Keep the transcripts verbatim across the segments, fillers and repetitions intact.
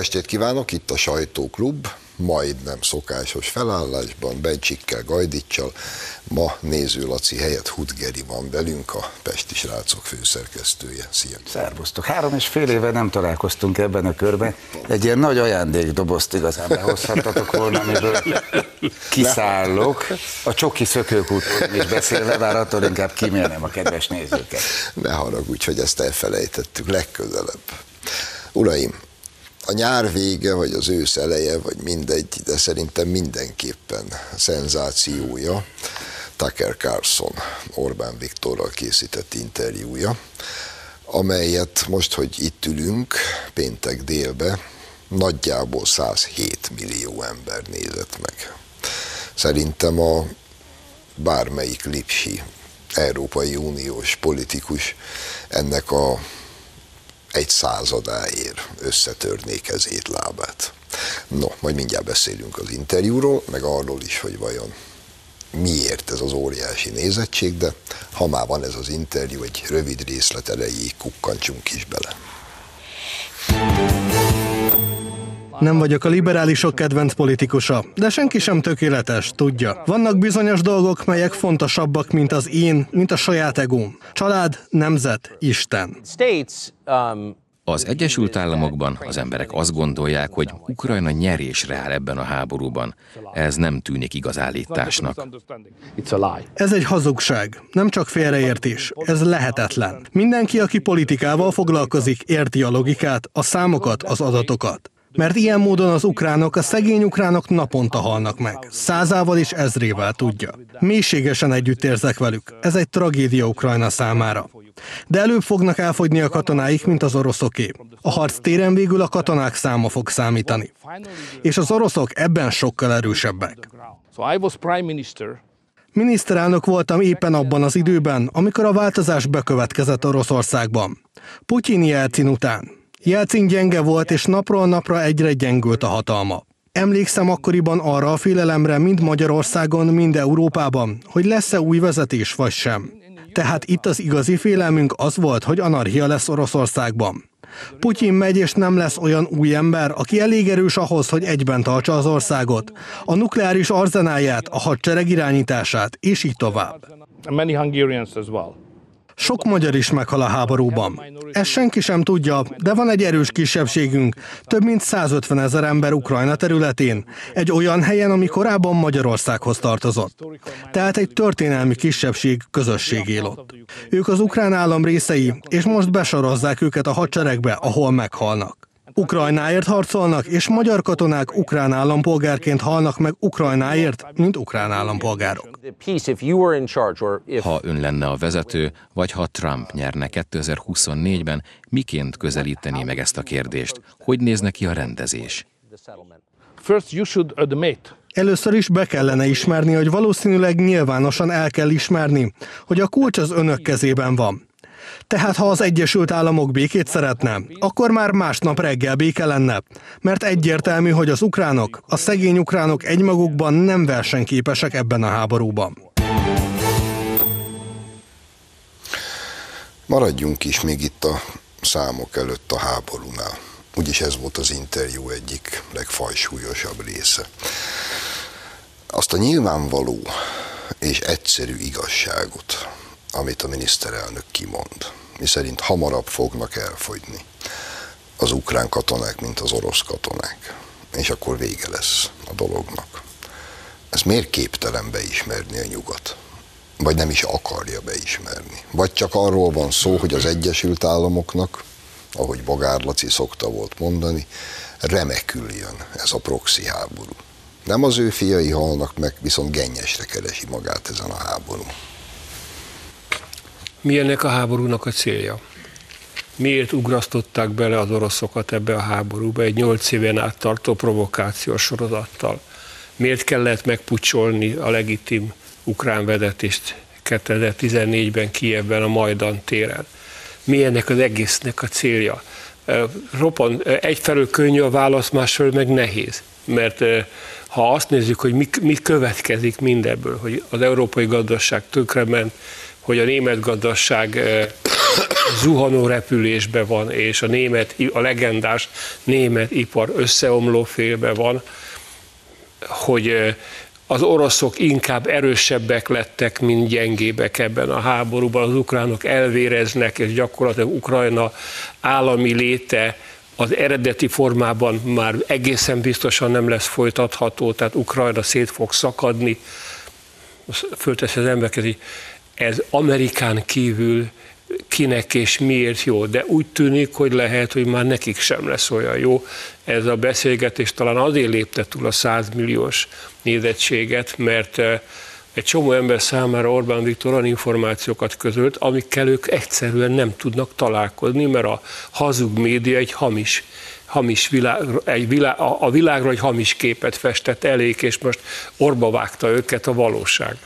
Jó estét kívánok, itt a Sajtóklub, majdnem szokásos felállásban, Bencsikkel, Gajdicsal. Ma Néző Laci helyett Hudgeri van velünk, a Pesti Srácok főszerkesztője. Szia! Szervusztok! Három és fél éve nem találkoztunk ebben a körben. Egy ilyen nagy ajándékdobozt igazán behozhattatok volna, amiből kiszállok. A csoki szökőkútról is beszélve, bár attól inkább kímélnem a kedves nézőket. Ne haragudj, hogy ezt elfelejtettük, legközelebb. Uraim, a nyár vége, vagy az ősz eleje, vagy mindegy, de szerintem mindenképpen szenzációja Tucker Carlson, Orbán Viktorral készített interjúja, amelyet most, hogy itt ülünk, péntek délbe, nagyjából százhét millió ember nézett meg. Szerintem a bármelyik lipsi Európai Uniós politikus ennek a egy századáért összetörné kezét, lábát. No, majd mindjárt beszélünk az interjúról, meg arról is, hogy vajon miért ez az óriási nézettség, de ha már van ez az interjú, egy rövid részlet erejéig kukkantsunk is bele. Nem vagyok a liberálisok kedvenc politikusa, de senki sem tökéletes, tudja. Vannak bizonyos dolgok, melyek fontosabbak, mint az én, mint a saját egóm. Család, nemzet, Isten. Az Egyesült Államokban az emberek azt gondolják, hogy Ukrajna nyerésre áll ebben a háborúban. Ez nem tűnik igaz állításnak. Ez egy hazugság, nem csak félreértés, ez lehetetlen. Mindenki, aki politikával foglalkozik, érti a logikát, a számokat, az adatokat. Mert ilyen módon az ukránok, a szegény ukránok naponta halnak meg. Százával és ezrével, tudja. Mélységesen együtt érzek velük. Ez egy tragédia Ukrajna számára. De előbb fognak elfogyni a katonáik, mint az oroszoké. A harc téren végül a katonák száma fog számítani. És az oroszok ebben sokkal erősebbek. Miniszterelnök voltam éppen abban az időben, amikor a változás bekövetkezett Oroszországban. Putyin-Jelcin után. Jelcin gyenge volt, és napról napra egyre gyengült a hatalma. Emlékszem akkoriban arra a félelemre, mind Magyarországon, mind Európában, hogy lesz-e új vezetés vagy sem. Tehát itt az igazi félelmünk az volt, hogy anarchia lesz Oroszországban. Putyin megy, és nem lesz olyan új ember, aki elég erős ahhoz, hogy egyben tartsa az országot, a nukleáris arzenáját, a hadsereg irányítását, és így tovább. Sok magyar is meghal a háborúban. Ezt senki sem tudja, de van egy erős kisebbségünk, több mint százötven ezer ember Ukrajna területén, egy olyan helyen, ami korábban Magyarországhoz tartozott. Tehát egy történelmi kisebbség, közösség él ott. Ők az ukrán állam részei, és most besorozzák őket a hadseregbe, ahol meghalnak. Ukrajnáért harcolnak, és magyar katonák ukrán állampolgárként halnak meg Ukrajnáért, mint ukrán állampolgárok. Ha ön lenne a vezető, vagy ha Trump nyerne kétezer-huszonnégyben, miként közelítené meg ezt a kérdést? Hogy néz neki a rendezés? Először is be kellene ismerni, hogy valószínűleg nyilvánosan el kell ismerni, hogy a kulcs az önök kezében van. Tehát ha az Egyesült Államok békét szeretne, akkor már másnap reggel béke lenne, mert egyértelmű, hogy az ukránok, a szegény ukránok egymagukban nem versenyképesek ebben a háborúban. Maradjunk is még itt a számok előtt a háborúnál. Úgyis ez volt az interjú egyik legfajsúlyosabb része. Azt a nyilvánvaló és egyszerű igazságot, amit a miniszterelnök kimond, miszerint hamarabb fognak elfogyni az ukrán katonák, mint az orosz katonák, és akkor vége lesz a dolognak. Ezt miért képtelen beismerni a nyugat? Vagy nem is akarja beismerni? Vagy csak arról van szó, hogy az Egyesült Államoknak, ahogy Bogár Laci szokta volt mondani, remekül jön ez a proxy háború. Nem az ő fiai halnak meg, viszont gennyesre keresi magát ezen a háborún. Mi ennek a háborúnak a célja? Miért ugrasztották bele az oroszokat ebbe a háborúba egy nyolc éven át tartó provokációs sorozattal? Miért kellett megpucsolni a legitim ukrán vezetést kétezer-tizennégyben Kijevben a Majdan téren? Mi ennek az egésznek a célja? Roppan, egyfelől könnyű a válasz, másfelől meg nehéz. Mert ha azt nézzük, hogy mi, mi következik mindebből, hogy az európai gazdaság tönkrement, hogy a német gazdaság zuhanó repülésben van, és a német, a legendás német ipar összeomló félbe van, hogy az oroszok inkább erősebbek lettek, mint gyengébbek ebben a háborúban. Az ukránok elvéreznek, és gyakorlatilag Ukrajna állami léte az eredeti formában már egészen biztosan nem lesz folytatható, tehát Ukrajna szét fog szakadni. Fölteszi az embereket, hogy ez Amerikán kívül kinek és miért jó, de úgy tűnik, hogy lehet, hogy már nekik sem lesz olyan jó. Ez a beszélgetés talán azért lépte túl a száz milliós nézettséget, mert egy csomó ember számára Orbán Viktor olyan információkat közölt, amikkel ők egyszerűen nem tudnak találkozni, mert a hazug média egy hamis, hamis világ, egy világ, a világra egy hamis képet festett elék, és most orba vágta őket a valóság.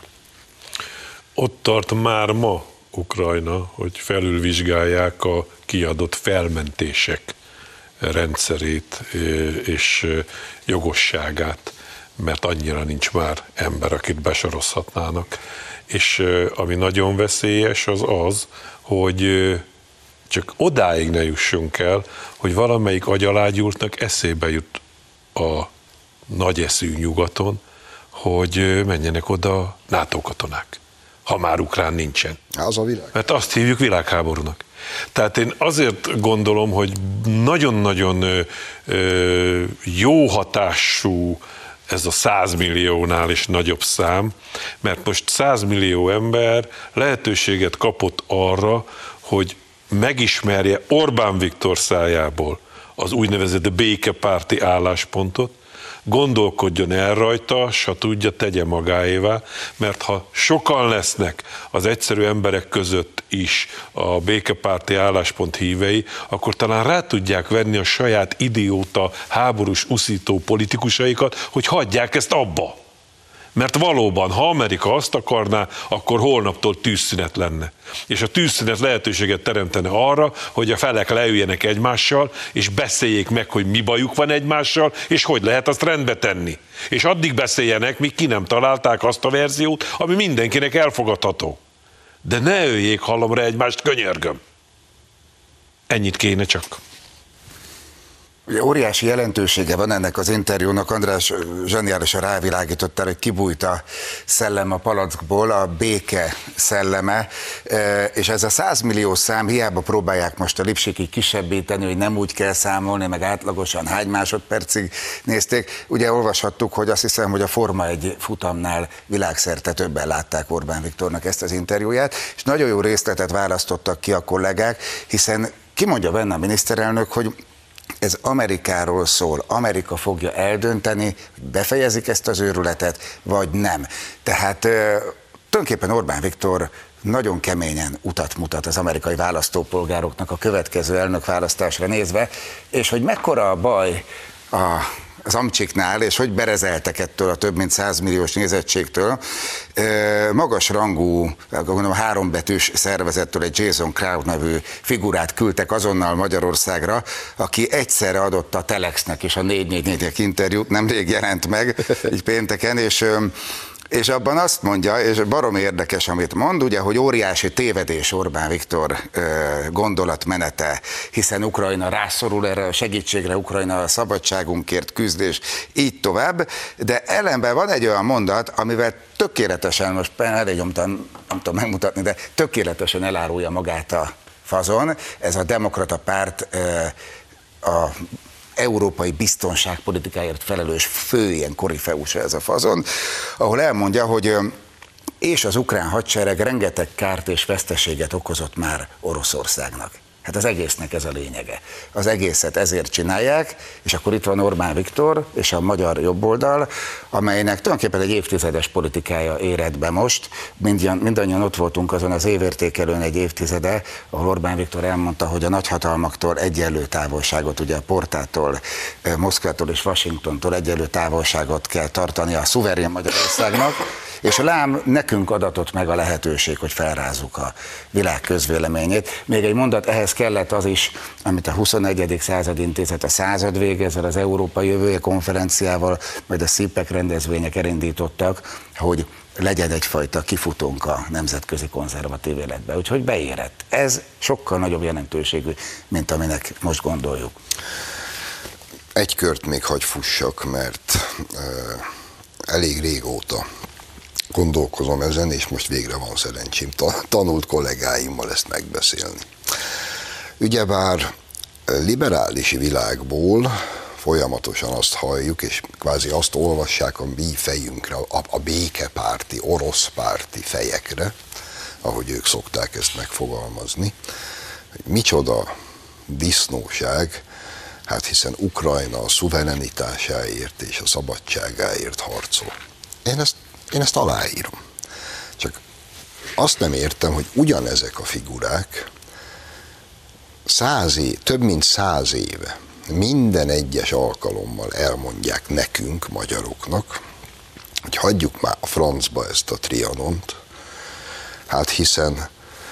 Ott tart már ma Ukrajna, hogy felülvizsgálják a kiadott felmentések rendszerét és jogosságát, mert annyira nincs már ember, akit besorozhatnának. És ami nagyon veszélyes, az az, hogy csak odáig ne jussunk el, hogy valamelyik agyalágyultnak eszébe jut a nagy eszű nyugaton, hogy menjenek oda NATO katonák, ha már ukrán nincsen. Az a világ. Mert azt hívjuk világháborúnak. Tehát én azért gondolom, hogy nagyon-nagyon ö, ö, jó hatású ez a száz milliónál is nagyobb szám, mert most száz millió ember lehetőséget kapott arra, hogy megismerje Orbán Viktor szájából az úgynevezett békepárti álláspontot, gondolkodjon el rajta, s ha tudja, tegye magáévá, mert ha sokan lesznek az egyszerű emberek között is a békepárti álláspont hívei, akkor talán rá tudják venni a saját idióta, háborús, uszító politikusaikat, hogy hagyják ezt abba. Mert valóban, ha Amerika azt akarná, akkor holnaptól tűzszünet lenne. És a tűzszünet lehetőséget teremtene arra, hogy a felek leüljenek egymással, és beszéljék meg, hogy mi bajuk van egymással, és hogy lehet azt rendbe tenni. És addig beszéljenek, míg ki nem találták azt a verziót, ami mindenkinek elfogadható. De ne öljék halomra egymást, könyörgöm. Ennyit kéne csak. Ugye óriási jelentősége van ennek az interjúnak, András zseniálisan rávilágítottál, hogy kibújt a szellem a palackból, a béke szelleme, és ez a száz millió szám, hiába próbálják most a lipsikig kisebbíteni, hogy nem úgy kell számolni, meg átlagosan hány másodpercig nézték. Ugye olvashattuk, hogy azt hiszem, hogy a Forma egy futamnál világszerte többen látták Orbán Viktornak ezt az interjúját, és nagyon jó részletet választottak ki a kollégák, hiszen kimondja benne a miniszterelnök, hogy ez Amerikáról szól, Amerika fogja eldönteni, hogy befejezik ezt az őrületet, vagy nem. Tehát tulajdonképpen Orbán Viktor nagyon keményen utat mutat az amerikai választópolgároknak a következő elnökválasztásra nézve, és hogy mekkora a baj a az amcsiknál, és hogy berezeltek ettől a több mint száz milliós nézettségtől. Magas rangú, gondolom hárombetűs szervezettől egy Jason Crowd nevű figurát küldtek azonnal Magyarországra, aki egyszerre adott a Telexnek és a négy négy négynek interjút, nemrég jelent meg, így pénteken, és És abban azt mondja, és baromi érdekes, amit mond, ugye, hogy óriási tévedés Orbán Viktor gondolatmenete, hiszen Ukrajna rászorul erre a segítségre, Ukrajna a szabadságunkért küzd, és így tovább, de ellenben van egy olyan mondat, amivel tökéletesen, most elég nyomtam, nem tudom megmutatni, de tökéletesen elárulja magát a fazon, ez a Demokrata Párt a európai biztonságpolitikáért felelős fő ilyen korifeusa ez a fazon, ahol elmondja, hogy és az ukrán hadsereg rengeteg kárt és veszteséget okozott már Oroszországnak. Hát az egésznek ez a lényege. Az egészet ezért csinálják, és akkor itt van Orbán Viktor és a magyar jobboldal, amelynek tulajdonképpen egy évtizedes politikája éred be most. Mindannyian, mindannyian ott voltunk azon az évértékelőn egy évtizede, ahol Orbán Viktor elmondta, hogy a nagyhatalmaktól egyenlő távolságot, ugye a Portától, Moszkvától és Washingtontól egyenlő távolságot kell tartani a szuverén Magyarországnak, és lám nekünk adatott meg a lehetőség, hogy felrázzuk a világ közvéleményét. Még egy mondat, ehhez kellett az is, amit a huszonegyedik század intézet a század vége, ezzel az Európa Jövője konferenciával, majd a szépek rendezvények elindítottak, hogy legyen egyfajta kifutónk a nemzetközi konzervatív életbe. Úgyhogy beérett. Ez sokkal nagyobb jelentőségű, mint aminek most gondoljuk. Egy kört még hagy fussak, mert uh, elég régóta gondolkozom ezen, és most végre van szerencsém tanult kollégáimmal ezt megbeszélni. Ugyebár liberális világból folyamatosan azt halljuk, és kvázi azt olvassák a mi fejünkre, a, a békepárti, orosz párti fejekre, ahogy ők szokták ezt megfogalmazni, hogy micsoda disznóság, hát hiszen Ukrajna a szuverenitásáért és a szabadságáért harcol. Én ezt, én ezt aláírom. Csak azt nem értem, hogy ugyanezek a figurák száz év, több mint száz éve minden egyes alkalommal elmondják nekünk, magyaroknak, hogy hagyjuk már a francba ezt a Trianont, hát hiszen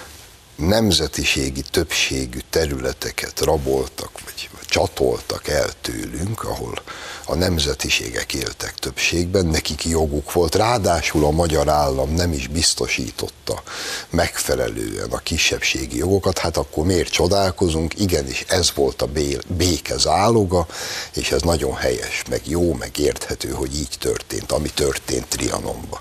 nemzetiségi többségű területeket raboltak, vagy csatoltak el tőlünk, ahol a nemzetiségek éltek többségben, nekik joguk volt, ráadásul a magyar állam nem is biztosította megfelelően a kisebbségi jogokat, hát akkor miért csodálkozunk, igenis ez volt a béke záloga, és ez nagyon helyes, meg jó, meg érthető, hogy így történt, ami történt Trianonban.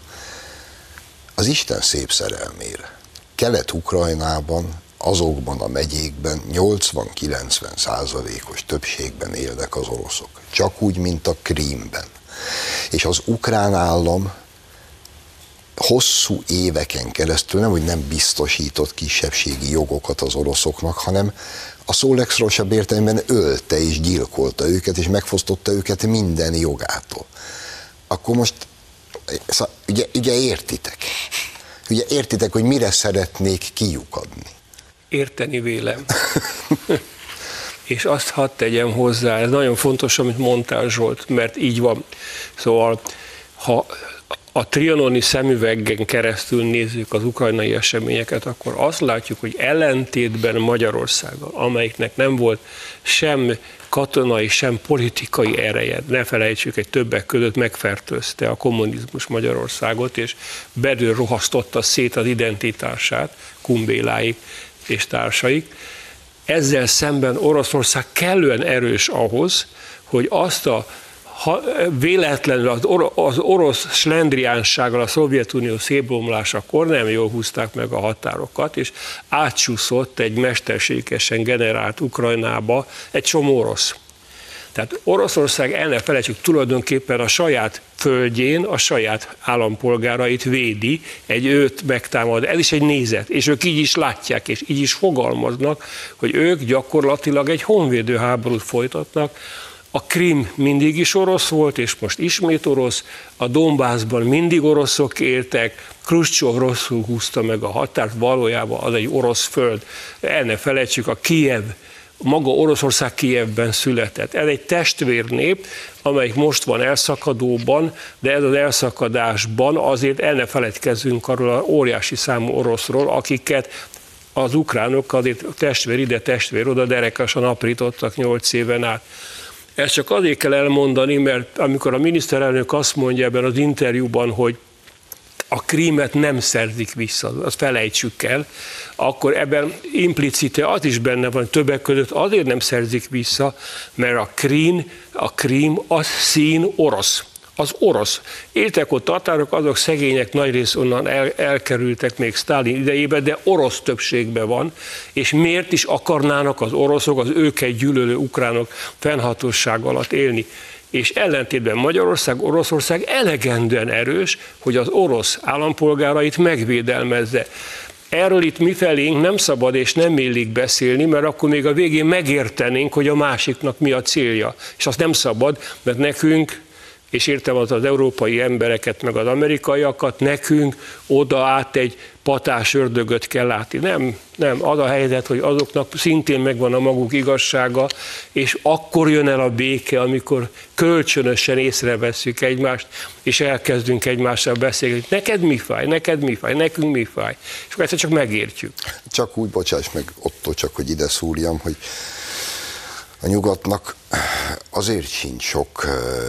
Az Isten szép szerelmére. Kelet-Ukrajnában, azokban a megyékben nyolcvan-kilencven százalékos többségben élnek az oroszok. Csak úgy, mint a Krímben. És az ukrán állam hosszú éveken keresztül nem, hogy nem biztosított kisebbségi jogokat az oroszoknak, hanem a szó legszorosabb értelemben ölte és gyilkolta őket, és megfosztotta őket minden jogától. Akkor most, ugye, ugye értitek? Ugye értitek, hogy mire szeretnék kiukadni? Érteni vélem. És azt hadd tegyem hozzá, ez nagyon fontos, amit mondtál, Zsolt, mert így van. Szóval, ha a trianoni szemüveggen keresztül nézzük az ukrajnai eseményeket, akkor azt látjuk, hogy ellentétben Magyarországgal, amelyiknek nem volt sem katonai, sem politikai ereje, ne felejtsük, egy többek között megfertőzte a kommunizmus Magyarországot, és belül rohasztotta szét az identitását, Kumbéláik és társaik. Ezzel szemben Oroszország kellően erős ahhoz, hogy azt a ha véletlenül az, or, az orosz slendriánsággal a Szovjetunió szétbomlásakor nem jól húzták meg a határokat, és átsúszott egy mesterségesen generált Ukrajnába egy csomó orosz. Tehát Oroszország, el ne felejtsük, tulajdonképpen a saját földjén a saját állampolgárait védi, egy őt megtámad. Ez is egy nézet, és ők így is látják, és így is fogalmaznak, hogy ők gyakorlatilag egy honvédő háborút folytatnak. A Krím mindig is orosz volt, és most ismét orosz, a Donbassban mindig oroszok éltek, Kruscsov rosszul húzta meg a határt, valójában az egy orosz föld. El ne felejtsük, a Kijev, maga Oroszország Kijevben született. Ez egy testvérnép, amelyik most van elszakadóban, de ez az elszakadásban azért el ne feledkezzünk arról a óriási számú oroszról, akiket az ukránok azért testvér ide, testvér oda derekesen aprítottak nyolc éven át. Ezt csak azért kell elmondani, mert amikor a miniszterelnök azt mondja ebben az interjúban, hogy a Krímet nem szerzik vissza, azt felejtsük el, akkor ebben implicite az is benne van, többek között azért nem szerzik vissza, mert a Krím, a Krím az szín orosz. Az orosz. Éltek ott tatárok, azok szegények nagyrészt onnan el, elkerültek még Sztálin idejében, de orosz többségben van, és miért is akarnának az oroszok, az őket gyűlölő ukránok fennhatóság alatt élni? És ellentétben Magyarország, Oroszország elegendően erős, hogy az orosz állampolgárait megvédelmezze. Erről itt mifelénk nem szabad és nem illik beszélni, mert akkor még a végén megértenénk, hogy a másiknak mi a célja. És azt nem szabad, mert nekünk, és értem az az európai embereket, meg az amerikaiakat, nekünk oda át egy patás ördögöt kell látni. Nem, nem, az a helyzet, hogy azoknak szintén megvan a maguk igazsága, és akkor jön el a béke, amikor kölcsönösen észrevesszük egymást, és elkezdünk egymással beszélni, hogy neked mi fáj, neked mi fáj, nekünk mi fáj. És akkor ezt csak megértjük. Csak úgy, bocsáss meg, Otto, csak hogy ide szúrjam, hogy a nyugatnak azért sincs sok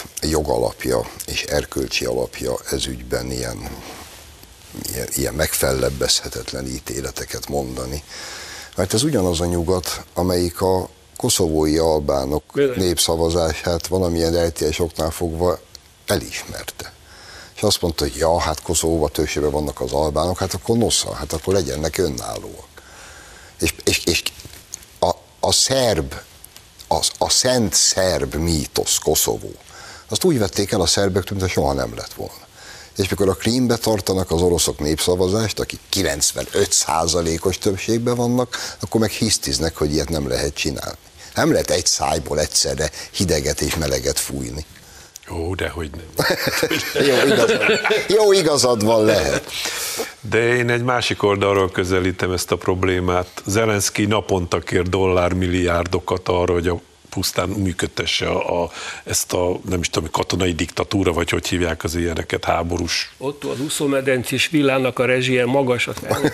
jogalapja és erkölcsi alapja ezügyben ilyen, ilyen, ilyen megfellebbezhetetlen ítéleteket mondani. Mert ez ugyanaz a nyugat, amelyik a koszovói albánok népszavazását valamilyen rejtélyes oknál fogva elismerte. És azt mondta, hogy ja, hát Koszovóban többségben vannak az albánok, hát akkor nosza, hát akkor legyenek önállóak. És, és, és a, a szerb, az, a szent szerb mítosz Koszovó, azt úgy vették el a szerbek, mintha soha nem lett volna. És mikor a Krímbe tartanak az oroszok népszavazást, akik kilencvenöt százalékos többségben vannak, akkor meg hisztiznek, hogy ilyet nem lehet csinálni. Nem lehet egy szájból egyszerre hideget és meleget fújni. Ó, dehogy nem. jó, igazad, jó igazad van, lehet. De én egy másik oldalról közelítem ezt a problémát. Zelenszky naponta kér dollármilliárdokat arra, hogy a pusztán működtesse a, a, ezt a, nem is tudom, katonai diktatúra, vagy hogy hívják az ilyeneket, háborús. Ott az úszómedencés villának a rezsie magas.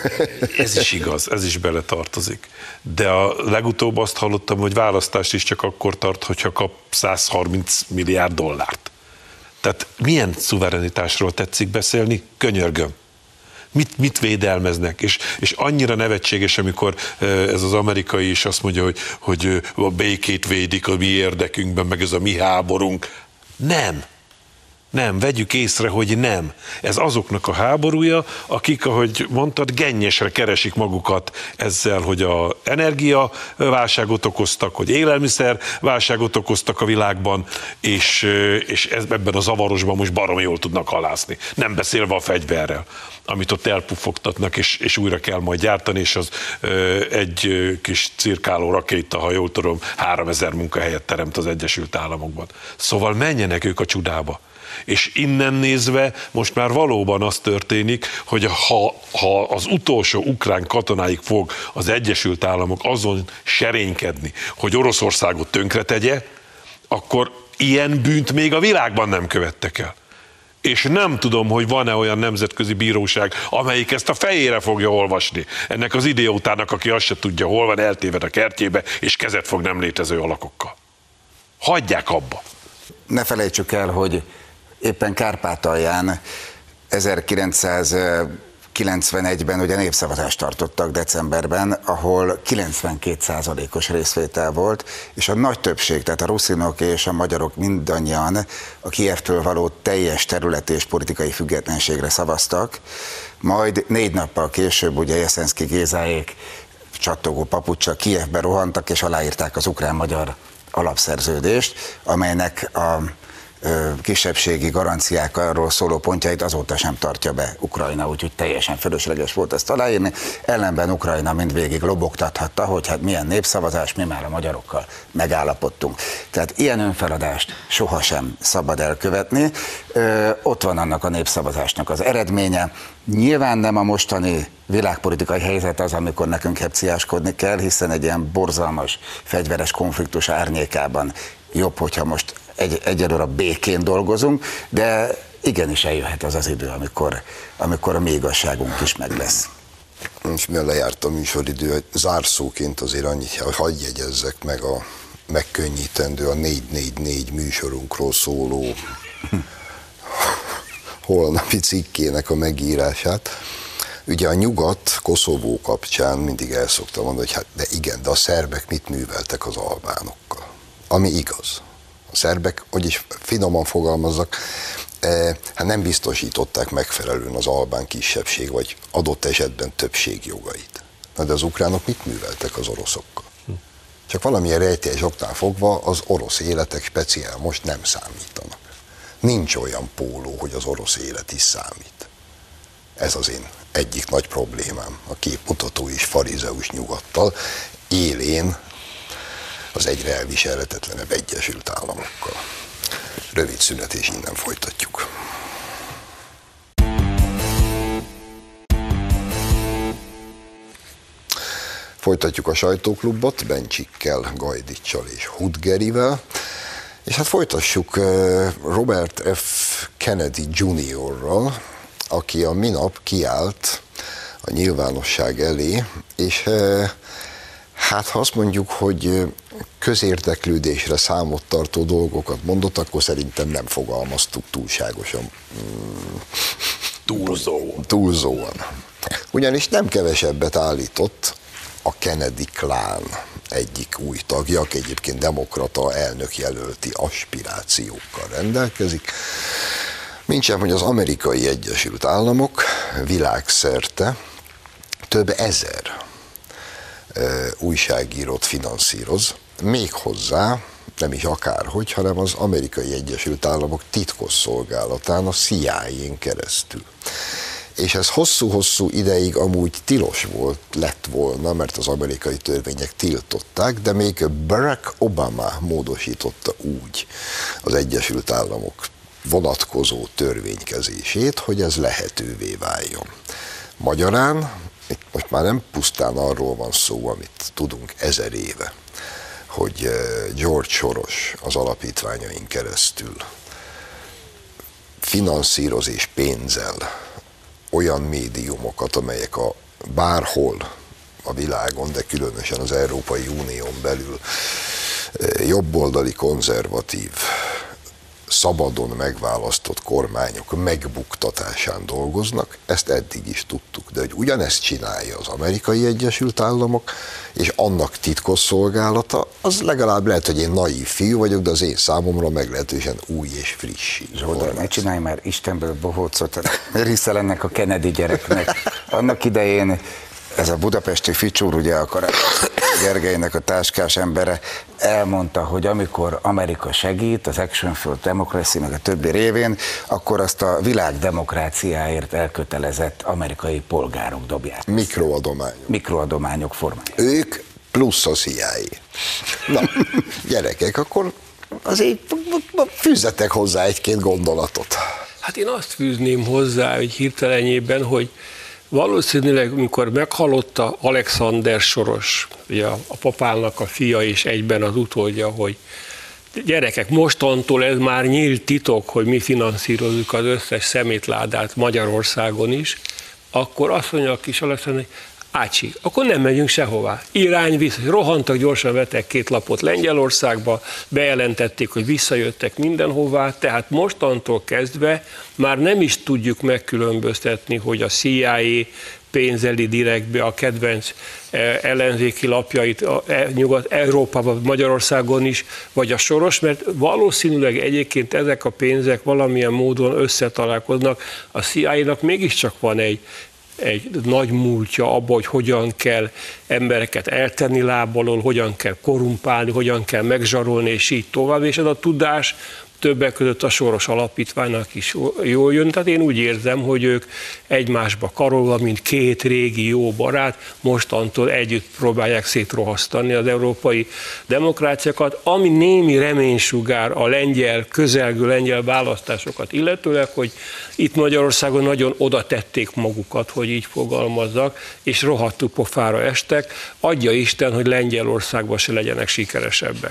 Ez is igaz, ez is beletartozik. De a legutóbb azt hallottam, hogy választást is csak akkor tart, hogyha kap száz harminc milliárd dollárt. Tehát milyen szuverenitásról tetszik beszélni? Könyörgöm. Mit, mit védelmeznek? És, és annyira nevetséges, amikor ez az amerikai is azt mondja, hogy, hogy a békét védik a mi érdekünkben, meg ez a mi háborunk. Nem. Nem, vegyük észre, hogy nem. Ez azoknak a háborúja, akik, ahogy mondtad, gennyesre keresik magukat ezzel, hogy a energiaválságot okoztak, hogy élelmiszer válságot okoztak a világban, és, és ebben a zavarosban most baromi jól tudnak halászni. Nem beszélve a fegyverrel, amit ott elpuffogtatnak, és, és újra kell majd gyártani, és az ö, egy ö, kis cirkáló rakéta, ha jól tudom, háromezer munkahelyet teremt az Egyesült Államokban. Szóval menjenek ők a csudába. És innen nézve most már valóban az történik, hogy ha, ha az utolsó ukrán katonáig fog az Egyesült Államok azon serénykedni, hogy Oroszországot tönkretegye, akkor ilyen bűnt még a világban nem követtek el. És nem tudom, hogy van-e olyan nemzetközi bíróság, amelyik ezt a fejére fogja olvasni. Ennek az idiótának, aki azt se tudja, hol van, eltéved a kertjébe, és kezet fog nem létező alakokkal. Hagyják abba. Ne felejtsük el, hogy éppen Kárpátalján ezerkilencszázkilencvenegyben ugye népszavazást tartottak decemberben, ahol kilencvenkét százalékos részvétel volt, és a nagy többség, tehát a ruszinok és a magyarok mindannyian a Kijevtől való teljes területi és politikai függetlenségre szavaztak, majd négy nappal később ugye Jeszenszky Gézáék csattogó papuccsal Kijevbe rohantak, és aláírták az ukrán-magyar alapszerződést, amelynek a kisebbségi garanciákról szóló pontjait azóta sem tartja be Ukrajna, úgyhogy teljesen fölösleges volt ezt aláírni. Ellenben Ukrajna mindvégig lobogtathatta, hogy hát milyen népszavazás, mi már a magyarokkal megállapodtunk. Tehát ilyen önfeladást sohasem szabad elkövetni. Ö, ott van annak a népszavazásnak az eredménye. Nyilván nem a mostani világpolitikai helyzet az, amikor nekünk hepciáskodni kell, hiszen egy ilyen borzalmas, fegyveres konfliktus árnyékában jobb, hogyha most egy, egyelőre békén dolgozunk, de igenis eljöhet az az idő, amikor, amikor a mi igazságunk is meg lesz. És mivel lejárt a műsoridő, zárszóként azért annyit, hogy hagyj jegyezzek meg a megkönnyítendő, a négy négy négy műsorunkról szóló holnapi cikkének a megírását. Ugye a nyugat Koszovó kapcsán mindig el szokta mondani, hogy hát de igen, de a szerbek mit műveltek az albánokkal? Ami igaz. A szerbek, hogy is finoman fogalmazzak, eh, hát nem biztosították megfelelően az albán kisebbség, vagy adott esetben többség jogait. Na de az ukránok mit műveltek az oroszokkal? Csak valamilyen rejtélyes oknál fogva az orosz életek speciál most nem számítanak. Nincs olyan póló, hogy az orosz élet is számít. Ez az én egyik nagy problémám a képmutató és farizeus nyugattal, élén az egyre elviselhetetlenebb Egyesült Államokkal. Rövid szünet, és innen folytatjuk. Folytatjuk a sajtóklubot Bencsikkel, Gajdicsal és Hudgerivel, és hát folytassuk Robert F. Kennedy juniorral, aki a minap kiállt a nyilvánosság elé, és Hát ha azt mondjuk, hogy közérdeklődésre számot tartó dolgokat mondott, akkor szerintem nem fogalmaztuk túlságosan túlzóan. túlzóan. Ugyanis nem kevesebbet állított a Kennedy klán egyik új tagja, aki egyébként demokrata elnökjelölti aspirációkkal rendelkezik, mintsem, hogy az Amerikai Egyesült Államok világszerte több ezer újságírót finanszíroz, méghozzá nem is akárhogy, hanem az Amerikai Egyesült Államok titkosszolgálatán, a C I A-n keresztül. És ez hosszú-hosszú ideig amúgy tilos volt, lett volna, mert az amerikai törvények tiltották, de még Barack Obama módosította úgy az Egyesült Államok vonatkozó törvénykezését, hogy ez lehetővé váljon. Magyarán, itt most már nem pusztán arról van szó, amit tudunk ezer éve, hogy George Soros az alapítványain keresztül finanszíroz és pénzzel olyan médiumokat, amelyek a bárhol a világon, de különösen az Európai Unión belül jobboldali, konzervatív, szabadon megválasztott kormányok megbuktatásán dolgoznak, ezt eddig is tudtuk, de hogy ugyanezt csinálja az Amerikai Egyesült Államok, és annak titkosszolgálata, az legalább lehet, hogy én naív fiú vagyok, de az én számomra meglehetősen új és friss. Zsoldor, ne csinálj már Istenből bohócot, miért hiszel ennek a Kennedy gyereknek? Annak idején ez a budapesti ficsúr, ugye a Karácsony Gergelynek a táskás embere elmondta, hogy amikor Amerika segít, az Action for Democracy meg a többi révén, akkor azt a világ demokráciáért elkötelezett amerikai polgárok dobják. Mikroadományok. Mikroadományok formájában. Ők plusz a C I A. Na, gyerekek, akkor azért fűzzetek hozzá egy-két gondolatot. Hát én azt fűzném hozzá, hogy hirtelenjében, hogy valószínűleg, amikor meghallotta Alexander Soros, ugye a, a papának a fia és egyben az utódja, hogy gyerekek, mostantól ez már nyílt titok, hogy mi finanszírozunk az összes szemétládát Magyarországon is, akkor azt mondja a kis Alexander, ácsi, akkor nem megyünk sehová. Irány vissza, rohantak, gyorsan vettek két lapot Lengyelországba, bejelentették, hogy visszajöttek mindenhová, tehát mostantól kezdve már nem is tudjuk megkülönböztetni, hogy a C I A pénzeli direktbe a kedvenc ellenzéki lapjait Nyugat-Európában, Magyarországon is, vagy a Soros, mert valószínűleg egyébként ezek a pénzek valamilyen módon összetalálkoznak. A C I A-nak mégiscsak van egy egy nagy múltja abban, hogy hogyan kell embereket eltenni lábalól, hogyan kell korumpálni, hogyan kell megzsarolni, és így tovább, és ez a tudás többek között a Soros Alapítványnak is jól jön. Tehát én úgy érzem, hogy ők egymásba karolva, mint két régi jó barát, mostantól együtt próbálják szétrohasztani az európai demokráciákat, ami némi reménysugár a lengyel, közelgő lengyel választásokat illetőleg, hogy itt Magyarországon nagyon oda tették magukat, hogy így fogalmazzak, és rohadtul pofára estek. Adja Isten, hogy Lengyelországban se legyenek sikeresebbek.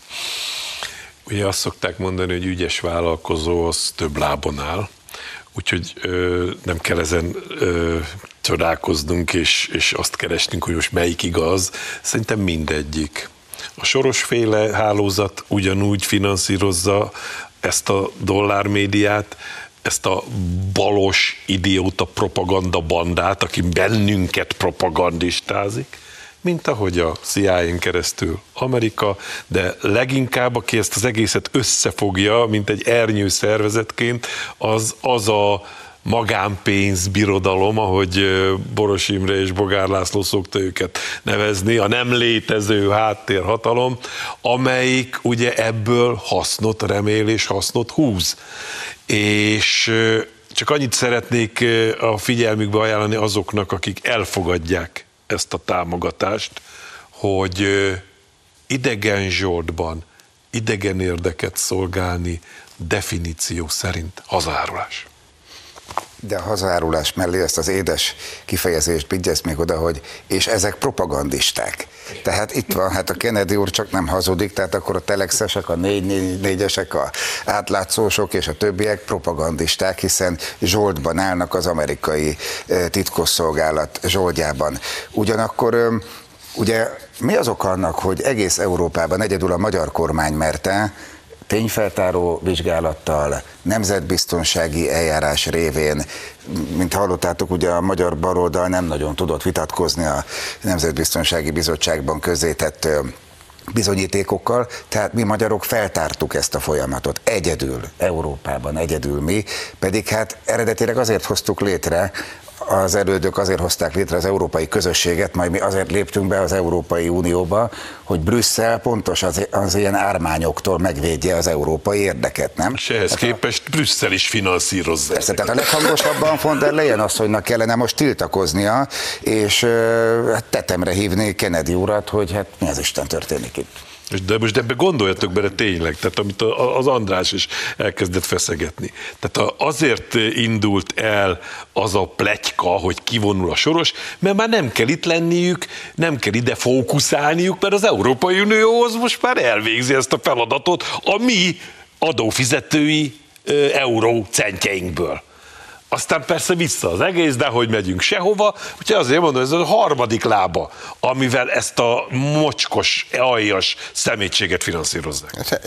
Ugye azt szokták mondani, hogy ügyes vállalkozó az több lábon áll, úgyhogy ö, nem kell ezen ö, csodálkoznunk, és, és azt keresnünk, hogy most melyik igaz. Szerintem mindegyik. A Soros-féle hálózat ugyanúgy finanszírozza ezt a dollármédiát, ezt a balos, idióta propaganda bandát, aki bennünket propagandistázik, mint ahogy a C I A-n keresztül Amerika, de leginkább, aki ezt az egészet összefogja, mint egy ernyő szervezetként, az az a magánpénzbirodalom, ahogy Boros Imre és Bogár László szokta őket nevezni, a nem létező háttérhatalom, amelyik ugye ebből hasznot remél és hasznot húz. És csak annyit szeretnék a figyelmükbe ajánlani azoknak, akik elfogadják ezt a támogatást, hogy idegen zsoldban idegen érdeket szolgálni definíció szerint hazárulás. De a hazárulás mellé ezt az édes kifejezést vigyezz még oda, hogy és ezek propagandisták. Tehát itt van, hát a Kennedy úr csak nem hazudik, tehát akkor a telexesek, a négy négyesek, a átlátszósok és a többiek propagandisták, hiszen zsoldban állnak az amerikai titkosszolgálat zsoldjában. Ugyanakkor Ugye mi az oka annak, hogy egész Európában egyedül a magyar kormány merte tényfeltáró vizsgálattal, nemzetbiztonsági eljárás révén, mint hallottátok, ugye a magyar baloldal nem nagyon tudott vitatkozni a Nemzetbiztonsági Bizottságban közzétett bizonyítékokkal, tehát mi magyarok feltártuk ezt a folyamatot, egyedül Európában, egyedül mi, pedig hát eredetileg azért hoztuk létre, az elődök azért hozták létre az európai közösséget, majd mi azért léptünk be az Európai Unióba, hogy Brüsszel pontos az, az ilyen ármányoktól megvédje az európai érdeket, nem? És ehhez hát képest a... Brüsszel is finanszírozza. Persze, tehát a leghangosabban von der Leyen asszonynak kellene most tiltakoznia, és hát tetemre hívni Kennedy urat, hogy hát mi az Isten történik itt. De most ebbe gondoljatok bele tényleg, tehát amit az András is elkezdett feszegetni. Tehát azért indult el az a pletyka, hogy kivonul a Soros, mert már nem kell itt lenniük, nem kell ide fókuszálniuk, mert az Európai Unióhoz most már elvégzi ezt a feladatot a mi adófizetői eurócentjeinkből. Aztán persze vissza az egész, de hogy megyünk sehova, úgyhogy azért mondom, ez a harmadik lába, amivel ezt a mocskos, aljas szemétséget finanszírozzák.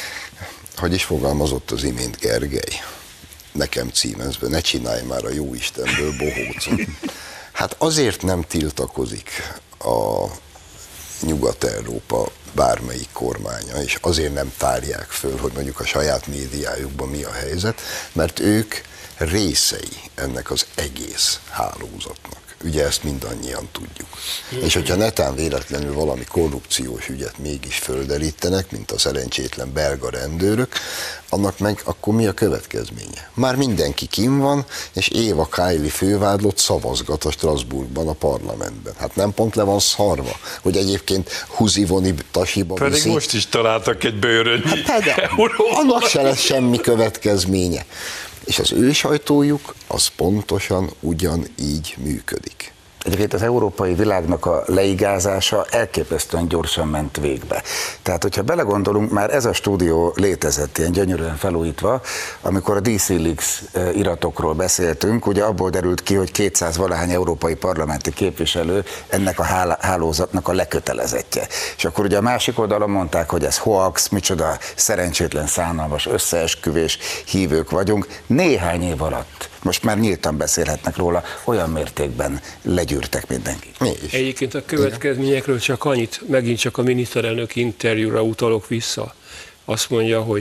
Hogy is fogalmazott az imént Gergely? Nekem címezve, ne csinálj már a jóistenből bohócot. Hát azért nem tiltakozik a Nyugat-Európa bármelyik kormánya, és azért nem tárják föl, hogy mondjuk a saját médiájukban mi a helyzet, mert ők részei ennek az egész hálózatnak. Ugye ezt mindannyian tudjuk. Mm. És hogyha netán véletlenül valami korrupciós ügyet mégis földerítenek, mint a szerencsétlen belga rendőrök, annak meg akkor mi a következménye? Már mindenki kim van, és Éva Kaili fővádlott szavazgat a Strasbourgban, a parlamentben. Hát nem pont le van szarva, hogy egyébként Huzivoni tasiba Pedig viszi. Most is találtak egy bőrönnyi. Hát de, annak se lesz semmi következménye. És az ő sajtójuk az pontosan ugyanígy működik. Egyébként az európai világnak a leigázása elképesztően gyorsan ment végbe. Tehát, hogyha belegondolunk, már ez a stúdió létezett ilyen gyönyörűen felújítva, amikor a dé cé Leaks iratokról beszéltünk, ugye abból derült ki, hogy kétszáz valahány európai parlamenti képviselő ennek a hálózatnak a lekötelezettje. És akkor ugye a másik oldalon mondták, hogy ez hoax, micsoda szerencsétlen, szánalmas összeesküvés, hívők vagyunk. Néhány év alatt, most már nyíltan beszélhetnek róla, olyan mértékben legyűrtek mindenkit. Egyébként a következményekről csak annyit, megint csak a miniszterelnök interjúra utalok vissza. Azt mondja, hogy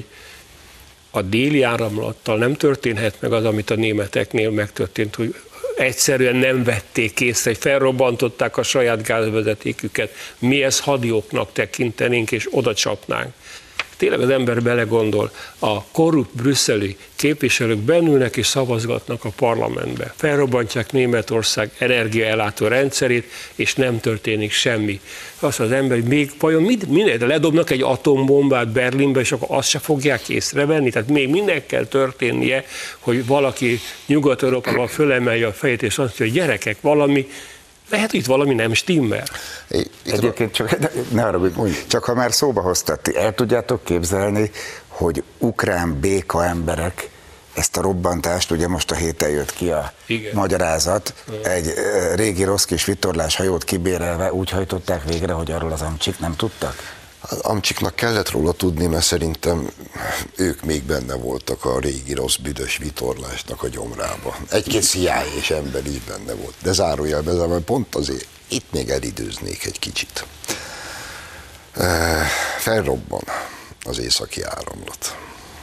a déli áramlattal nem történhet meg az, amit a németeknél megtörtént, hogy egyszerűen nem vették észre, hogy felrobbantották a saját gázvezetéküket. Mi ezt hadioknak tekintenénk, és oda csapnánk. Tényleg az ember belegondol, a korrupt brüsszeli képviselők bennülnek és szavazgatnak a parlamentbe. Felrobbantják Németország energiaellátó rendszerét, és nem történik semmi. Azt az ember, hogy még vajon mindent ledobnak egy atombombát Berlinbe, és akkor azt se fogják észrevenni. Tehát még minden kell történnie, hogy valaki Nyugat-Európában fölemelje a fejét, és azt mondja, hogy gyerekek, valami, lehet, hogy itt valami nem stimmel. Egyébként csak, ne arra, csak ha már szóba hoztad, ti el tudjátok képzelni, hogy ukrán béka emberek ezt a robbantást, ugye most a héten jött ki a Igen. magyarázat, Igen. egy régi rossz kis vitorlás hajót kibérelve úgy hajtották végre, hogy arról az amcsik nem tudtak? Az amcsiknak kellett róla tudni, mert szerintem ők még benne voltak a régi rossz büdös vitorlásnak a gyomrába. Egy-két C I A-s ember is benne volt, de zárójelben, mert pont azért itt még elidőznék egy kicsit. Felrobban az északi áramlat.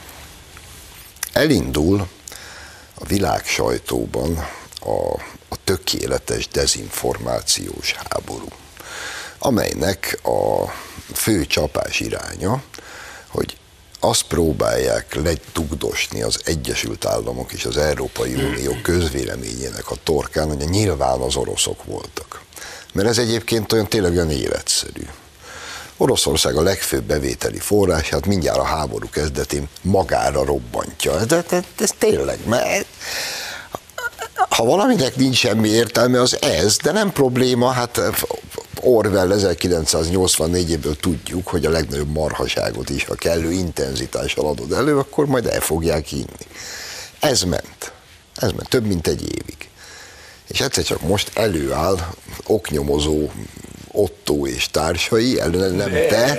Elindul a világ sajtóban a, a tökéletes dezinformációs háború, amelynek a fő csapás iránya, hogy azt próbálják ledugdosni az Egyesült Államok és az Európai Unió közvéleményének a torkán, hogy nyilván az oroszok voltak. Mert ez egyébként olyan tényleg olyan életszerű. Oroszország a legfőbb bevételi forrását mindjárt a háború kezdetén magára robbantja. De, de, ez tényleg, mert ha valaminek nincs semmi értelme, az ez, de nem probléma, hát Orwell ezerkilencszáznyolcvannégyéből tudjuk, hogy a legnagyobb marhaságot is, ha kellő intenzitással adod elő, akkor majd el fogják hinni. Ez ment. Ez ment több mint egy évig. És egyszer csak most előáll oknyomozó Otto és társai, elő, nem te,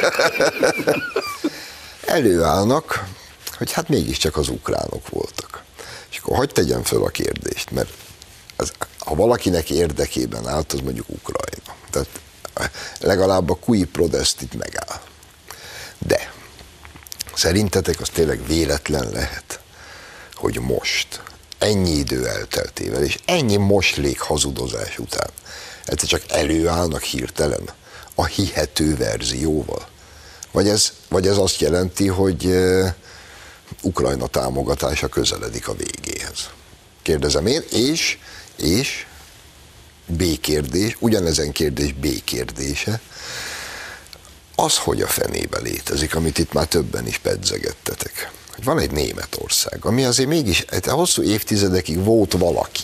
előállnak, hogy hát mégiscsak az ukránok voltak. És akkor hadd tegyem föl a kérdést, mert az, ha valakinek érdekében állt, az mondjuk Ukrajna. Tehát legalább a cui prodest itt megáll. De szerintetek az tényleg véletlen lehet, hogy most, ennyi idő elteltével, és ennyi moslék hazudozás után, egyszer csak előállnak hirtelen a hihető verzióval? Vagy ez, vagy ez azt jelenti, hogy uh, Ukrajna támogatása közeledik a végéhez? Kérdezem én, és, és B kérdés, ugyanezen kérdés B kérdése, az, hogy a fenébe létezik, amit itt már többen is pedzegettetek, hogy van egy Németország, ami azért mégis a hosszú évtizedekig volt valaki,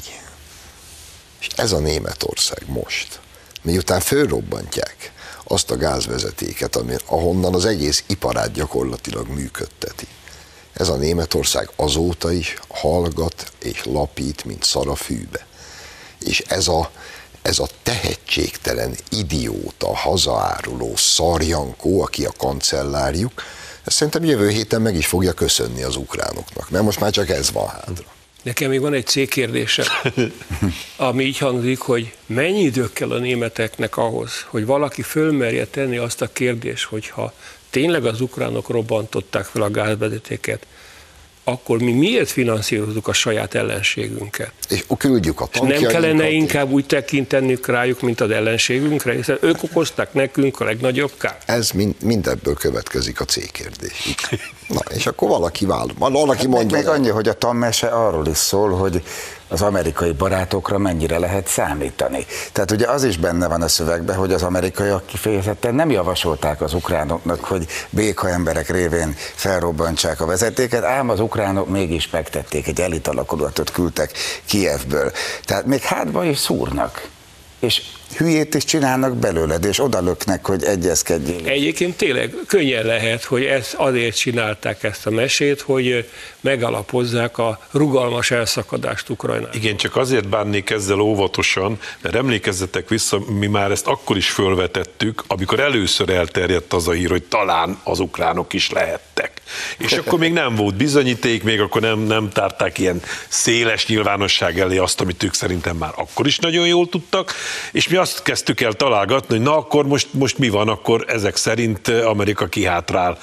és ez a Németország most, miután fölrobbantják azt a gázvezetéket, ami, ahonnan az egész iparát gyakorlatilag működteti. Ez a Németország azóta is hallgat és lapít, mint szar a fűbe. És ez a, ez a tehetségtelen, idióta, hazaáruló szarjankó, aki a kancellárjuk, ezt szerintem jövő héten meg is fogja köszönni az ukránoknak, mert most már csak ez van hátra. Nekem még van egy cégkérdésem, ami így hangzik, hogy mennyi idő kell a németeknek ahhoz, hogy valaki fölmerje tenni azt a kérdést, hogyha tényleg az ukránok robbantották fel a gázvezetéket, akkor mi miért finanszírozzuk a saját ellenségünket? És küldjük a tankjainkat. Nem kellene inkább úgy tekintenünk rájuk, mint az ellenségünkre, hiszen ők okozták nekünk a legnagyobb kárt. Ez mind, mindebből következik a cégkérdés. Na, és akkor valaki vállal. Valaki mondja. Még annyi, hogy a tanmese arról is szól, hogy az amerikai barátokra mennyire lehet számítani. Tehát ugye az is benne van a szövegben, hogy az amerikaiak kifejezetten nem javasolták az ukránoknak, hogy béka emberek révén felrobbantsák a vezetéket, ám az ukránok mégis megtették, egy elitalakulatot küldtek Kijevből. Tehát még hátba is szúrnak. És hülyét is csinálnak belőled, és odalöknek, hogy egyezkedjél. Egyébként tényleg könnyen lehet, hogy ezt azért csinálták ezt a mesét, hogy megalapozzák a rugalmas elszakadást Ukrajnában. Igen, csak azért bánnék ezzel óvatosan, mert emlékezzetek vissza, mi már ezt akkor is fölvetettük, amikor először elterjedt az a hír, hogy talán az ukránok is lehettek. És akkor még nem volt bizonyíték, még akkor nem, nem tárták ilyen széles nyilvánosság elé azt, amit ők szerintem már akkor is nagyon jól tudtak, és mi azt kezdtük el találgatni, hogy na akkor most, most mi van, akkor ezek szerint Amerika kihátrál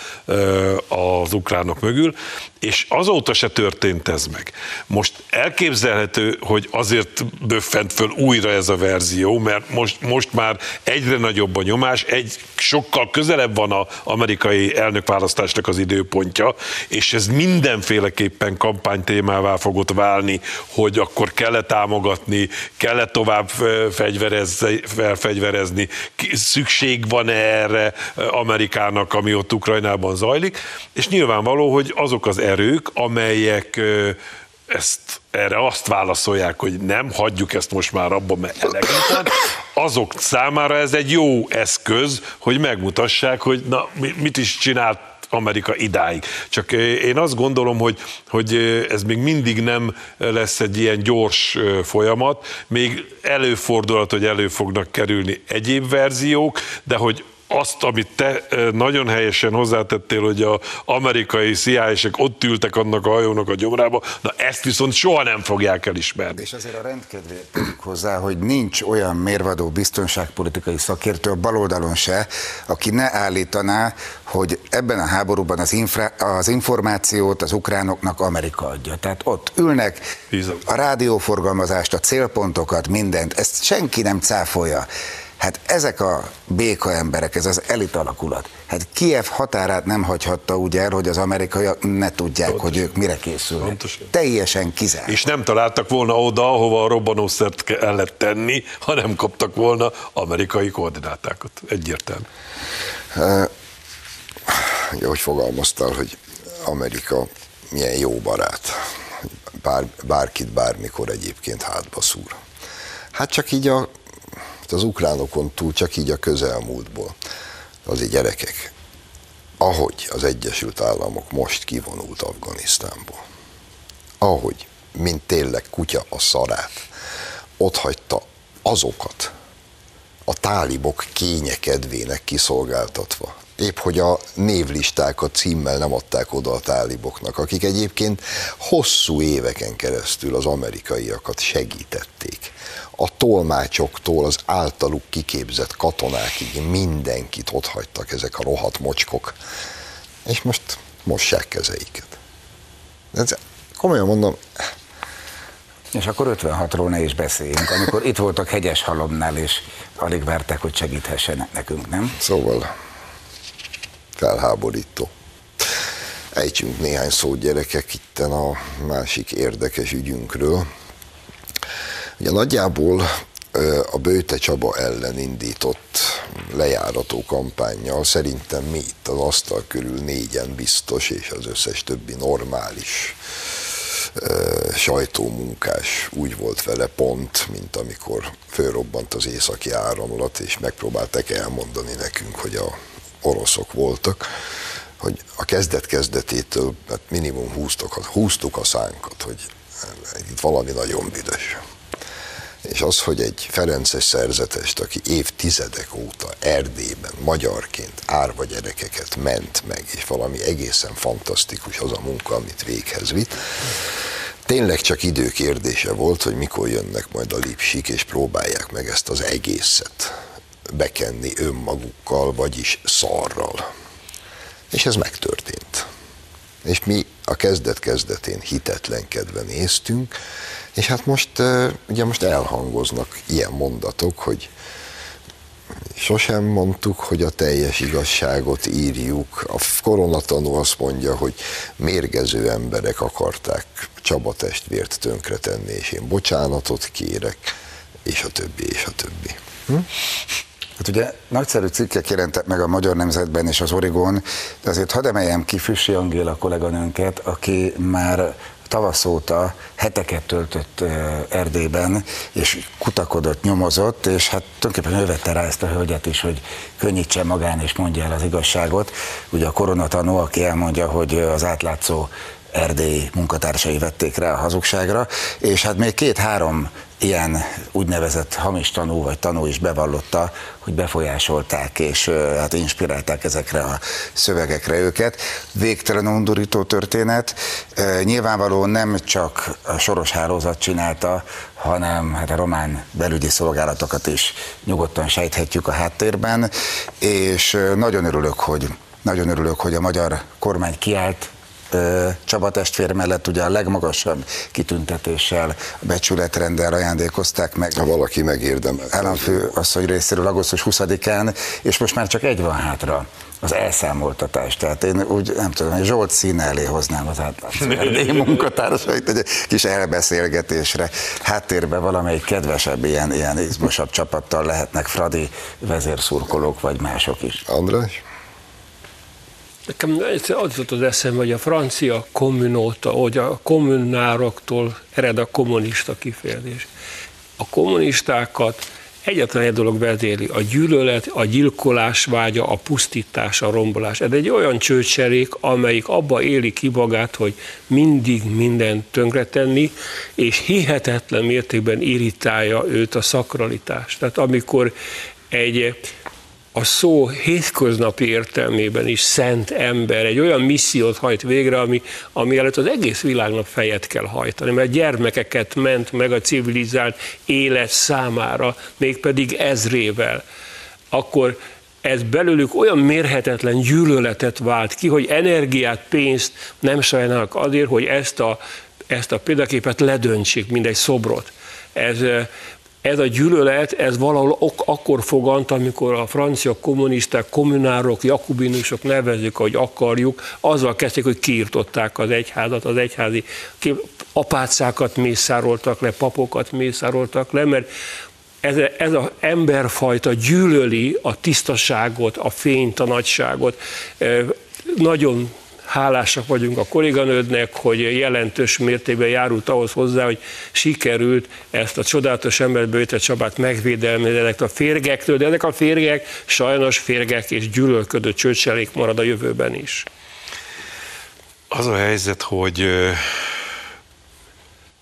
az ukránok mögül, és azóta se történt ez meg. Most elképzelhető, hogy azért böffent föl újra ez a verzió, mert most, most már egyre nagyobb a nyomás, egy sokkal közelebb van az amerikai elnökválasztásnak az időpontja, és ez mindenféleképpen kampánytémává fogott válni, hogy akkor kell-e támogatni, kell-e tovább fegyverezni, felfegyverezni, szükség van erre Amerikának, ami ott Ukrajnában zajlik, és nyilvánvaló, hogy azok az erők, amelyek ezt, erre azt válaszolják, hogy nem, hagyjuk ezt most már abba, mert elegünk van, azok számára ez egy jó eszköz, hogy megmutassák, hogy na, mit is csinált Amerika idáig. Csak én azt gondolom, hogy, hogy ez még mindig nem lesz egy ilyen gyors folyamat, még előfordulhat, hogy elő fognak kerülni egyéb verziók, de hogy azt, amit te nagyon helyesen hozzátettél, hogy az amerikai C I A-sek ott ültek annak a hajónak a gyomrába, na ezt viszont soha nem fogják elismerni. És azért a rendkedvéért tegyük hozzá, hogy nincs olyan mérvadó biztonságpolitikai szakértő a baloldalon se, aki ne állítaná, hogy ebben a háborúban az, infra, az információt az ukránoknak Amerika adja. Tehát ott ülnek, Bizony. A rádióforgalmazást, a célpontokat, mindent, ezt senki nem cáfolja. Hát ezek a béka emberek, ez az elit alakulat, hát Kijev határát nem hagyhatta úgy el, hogy az amerikaiak ne tudják, pontosan, hogy ők mire készülnek. Pontosan. Teljesen kizárt. És nem találtak volna oda, ahova a robbanószert kellett tenni, ha nem kaptak volna amerikai koordinátákat. Egyértelmű. Uh, hogy fogalmaztál, hogy Amerika milyen jó barát. Bár, bárkit bármikor egyébként hátba szúr. Hát csak így a az ukránokon túl csak így a közelmúltból. Azért gyerekek, ahogy az Egyesült Államok most kivonult Afganisztánból, ahogy, mint tényleg kutya a szarát, ott hagyta azokat, a tálibok kényekedvének kiszolgáltatva. Épp hogy a névlistákat címmel nem adták oda a táliboknak, akik egyébként hosszú éveken keresztül az amerikaiakat segítették. A tolmácsoktól az általuk kiképzett katonákig mindenkit otthagytak ezek a rohadt mocskok. És most mossák kezeiket. Ez, komolyan mondom. És akkor ötvenhatról ne is beszéljünk, amikor itt voltak Hegyeshalomnál, és alig várták, hogy segíthessenek nekünk, nem? Szóval felháborító. Ejtsünk néhány szót, gyerekek, itten a másik érdekes ügyünkről. Ugye nagyjából a Böjte Csaba ellen indított lejárató kampánnyal szerintem mi itt az asztal körül négyen biztos, és az összes többi normális sajtómunkás úgy volt vele pont, mint amikor fölrobbant az északi áramlat, és megpróbálták elmondani nekünk, hogy a oroszok voltak, hogy a kezdet-kezdetétől hát minimum húztuk, húztuk a szánkat, hogy itt valami nagyon büdös. És az, hogy egy ferences szerzetest, aki évtizedek óta Erdélyben magyarként árva gyerekeket ment meg, és valami egészen fantasztikus az a munka, amit véghez vitt, tényleg csak idő kérdése volt, hogy mikor jönnek majd a lipsik, és próbálják meg ezt az egészet bekenni önmagukkal, vagyis szarral. És ez megtörtént. És mi a kezdet-kezdetén hitetlenkedve néztünk, és hát most, ugye most elhangoznak ilyen mondatok, hogy sosem mondtuk, hogy a teljes igazságot írjuk. A koronatanú azt mondja, hogy mérgező emberek akarták Csaba testvért tönkretenni, és én bocsánatot kérek, és a többi, és a többi. Hm? Hát ugye nagyszerű cikkek jelentek meg a Magyar Nemzetben és az Origon, de azért hadd emeljem ki Füssy Angéla kolléganőnket, aki már tavasz óta heteket töltött Erdélyben, és kutakodott, nyomozott, és hát tulajdonképpen ő vette rá ezt a hölgyet is, hogy könnyítse magán és mondja el az igazságot. Ugye a koronatanú, aki elmondja, hogy az átlátszó Erdély munkatársai vették rá a hazugságra, és hát még két-három ilyen úgynevezett hamis tanú vagy tanú is bevallotta, hogy befolyásolták és hát inspirálták ezekre a szövegekre őket. Végtelen undorító történet. Nyilvánvalóan nem csak a Soros hálózat csinálta, hanem hát a román belügyi szolgálatokat is nyugodtan sejthetjük a háttérben, és nagyon örülök, hogy, nagyon örülök, hogy a magyar kormány kiállt Csaba testvér mellett, ugye a legmagasabb kitüntetéssel, a becsületrenddel ajándékozták meg. Ha valaki megérdemel. Államfő asszony részéről augusztus huszadikán, és most már csak egy van hátra, az elszámoltatás. Tehát én úgy, nem tudom, hogy Zsolt színe elé hoznám az átlátszó Erdély munkatársait egy kis elbeszélgetésre. Háttérben valamelyik kedvesebb, ilyen, ilyen izmosabb csapattal lehetnek fradi vezérszurkolók, vagy mások is. András? Nekem az jutott az eszembe, hogy a francia kommunóta, hogy a kommunároktól ered a kommunista kifejezés. A kommunistákat egyetlen egy dolog vezéli, a gyűlölet, a gyilkolás vágya, a pusztítás, a rombolás. Ez egy olyan csőcserék, amelyik abba éli ki magát, hogy mindig mindent tönkretenni, és hihetetlen mértékben irritálja őt a szakralitás. Tehát amikor egy a szó hétköznapi értelmében is szent ember egy olyan missziót hajt végre, ami, ami előtt az egész világnak fejet kell hajtani, mert gyermekeket ment meg a civilizált élet számára, mégpedig ezrével. Akkor ez belőlük olyan mérhetetlen gyűlöletet vált ki, hogy energiát, pénzt nem sajnálnak azért, hogy ezt a, ezt a példaképet ledöntsék, mint egy szobrot. Ez Ez a gyűlölet, ez valahol ok, akkor fogant, amikor a francia kommunisták, kommunárok, jakubinusok, nevezzük, ahogy akarjuk, azzal kezdték, hogy kiirtották az egyházat, az egyházi apácákat mészároltak le, papokat mészároltak le, mert ez, ez az emberfajta gyűlöli a tisztaságot, a fényt, a nagyságot. Nagyon hálásak vagyunk a kolléganődnek, hogy jelentős mértékben járult ahhoz hozzá, hogy sikerült ezt a csodálatos embert, Böjte Csabát megvédelmezni ezektől a férgektől, de ezek a férgek sajnos férgek és gyűlölködő csőcselék marad a jövőben is. Az a helyzet, hogy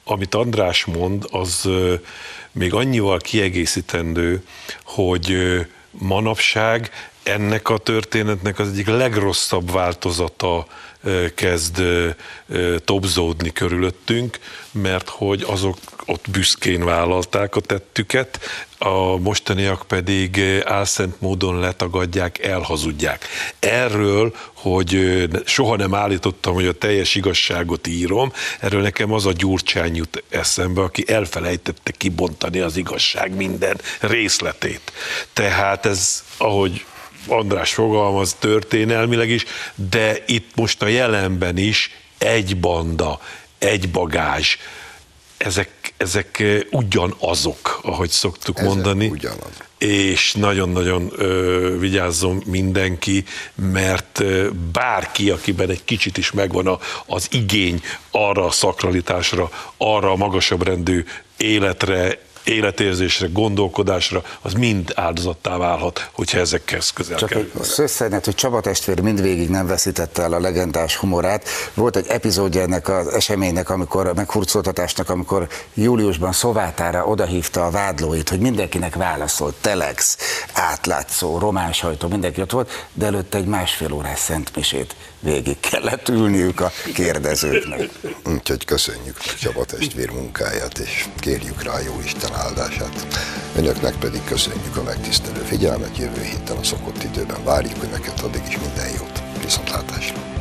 amit András mond, az még annyival kiegészítendő, hogy manapság ennek a történetnek az egyik legrosszabb változata kezd tobzódni körülöttünk, mert hogy azok ott büszkén vállalták a tettüket, a mostaniak pedig álszent módon letagadják, elhazudják. Erről, hogy soha nem állítottam, hogy a teljes igazságot írom, erről nekem az a Gyurcsány jut eszembe, aki elfelejtette kibontani az igazság minden részletét. Tehát ez, ahogy András fogalmaz, történelmileg is, de itt most a jelenben is egy banda, egy bagázs, ezek, ezek ugyanazok, ahogy szoktuk ezek mondani. Ugyanaz. És nagyon-nagyon ö, vigyázzon mindenki, mert ö, bárki, akiben egy kicsit is megvan a, az igény arra a szakralitásra, arra a magasabb rendű életre, életérzésre, gondolkodásra, az mind áldozattá válhat, hogyha ezekhez közel Csak kerül. egy szösszenet, hogy Csaba testvér mindvégig nem veszítette el a legendás humorát. Volt egy epizódja ennek az eseménynek, amikor, meghurcoltatásnak, amikor júliusban Szovátára odahívta a vádlóit, hogy mindenkinek válaszolt, telex, átlátszó, román sajtó, mindenki ott volt, de előtte egy másfél órás szentmisét végig kellett ülniük a kérdezőknek. Úgyhogy köszönjük Csaba testvér munkáját, és kérjük rá jó Isten áldását. Önöknek pedig köszönjük a megtisztelő figyelmet, jövő héten a szokott időben várjuk Önöket, addig is minden jót. Viszontlátásra!